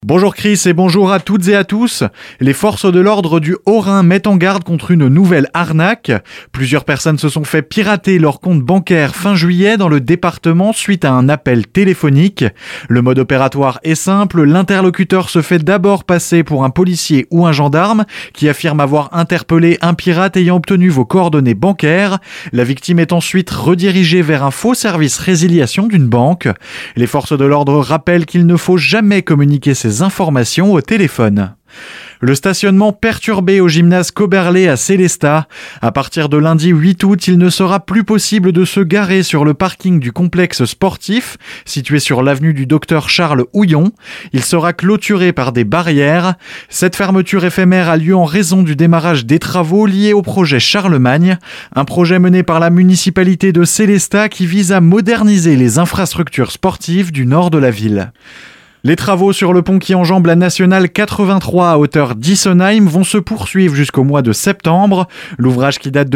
Bonjour Chris et bonjour à toutes et à tous. Les forces de l'ordre du Haut-Rhin mettent en garde contre une nouvelle arnaque. Plusieurs personnes se sont fait pirater leur compte bancaire fin juillet dans le département suite à un appel téléphonique. Le mode opératoire est simple, l'interlocuteur se fait d'abord passer pour un policier ou un gendarme qui affirme avoir interpellé un pirate ayant obtenu vos coordonnées bancaires. La victime est ensuite redirigée vers un faux service résiliation d'une banque. Les forces de l'ordre rappellent qu'il ne faut jamais communiquer ces informations au téléphone. Le stationnement perturbé au gymnase Koberlé à Sélestat. À partir de lundi 8 août, il ne sera plus possible de se garer sur le parking du complexe sportif, situé sur l'avenue du Docteur Charles Houillon. Il sera clôturé par des barrières. Cette fermeture éphémère a lieu en raison du démarrage des travaux liés au projet Charlemagne, un projet mené par la municipalité de Sélestat qui vise à moderniser les infrastructures sportives du nord de la ville. Les travaux sur le pont qui enjambe la nationale 83 à hauteur d'Issenheim vont se poursuivre jusqu'au mois de septembre. L'ouvrage qui date de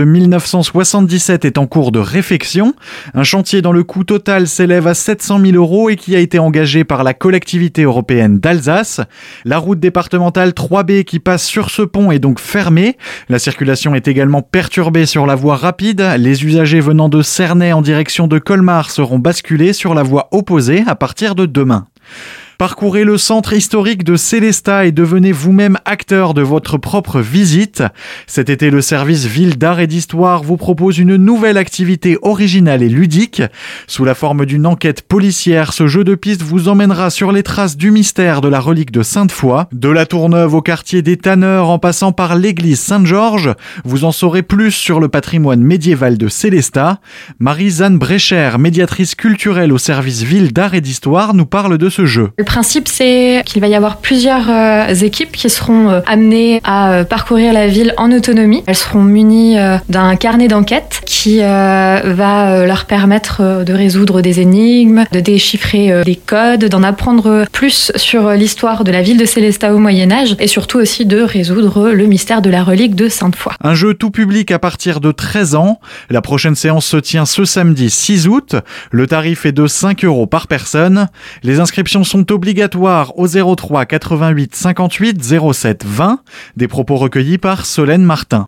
1977 est en cours de réfection. Un chantier dont le coût total s'élève à 700 000 € et qui a été engagé par la collectivité européenne d'Alsace. La route départementale 3B qui passe sur ce pont est donc fermée. La circulation est également perturbée sur la voie rapide. Les usagers venant de Cernay en direction de Colmar seront basculés sur la voie opposée à partir de demain. Parcourez le centre historique de Sélestat et devenez vous-même acteur de votre propre visite. Cet été, le service Ville d'Art et d'Histoire vous propose une nouvelle activité originale et ludique. Sous la forme d'une enquête policière, ce jeu de piste vous emmènera sur les traces du mystère de la relique de Sainte-Foy. De la Tourneuve au quartier des Tanneurs en passant par l'église Saint-Georges, vous en saurez plus sur le patrimoine médiéval de Sélestat. Marie-Zanne Brecher, médiatrice culturelle au service Ville d'Art et d'Histoire, nous parle de ce jeu. Le principe, c'est qu'il va y avoir plusieurs équipes qui seront amenées à parcourir la ville en autonomie. Elles seront munies d'un carnet d'enquête qui va leur permettre de résoudre des énigmes, de déchiffrer des codes, d'en apprendre plus sur l'histoire de la ville de Sélestat au Moyen-Âge et surtout aussi de résoudre le mystère de la relique de Sainte-Foy. Un jeu tout public à partir de 13 ans. La prochaine séance se tient ce samedi 6 août. Le tarif est de 5 € par personne. Les inscriptions sont obligatoire au 03 88 58 07 20. Des propos recueillis par Solène Martin.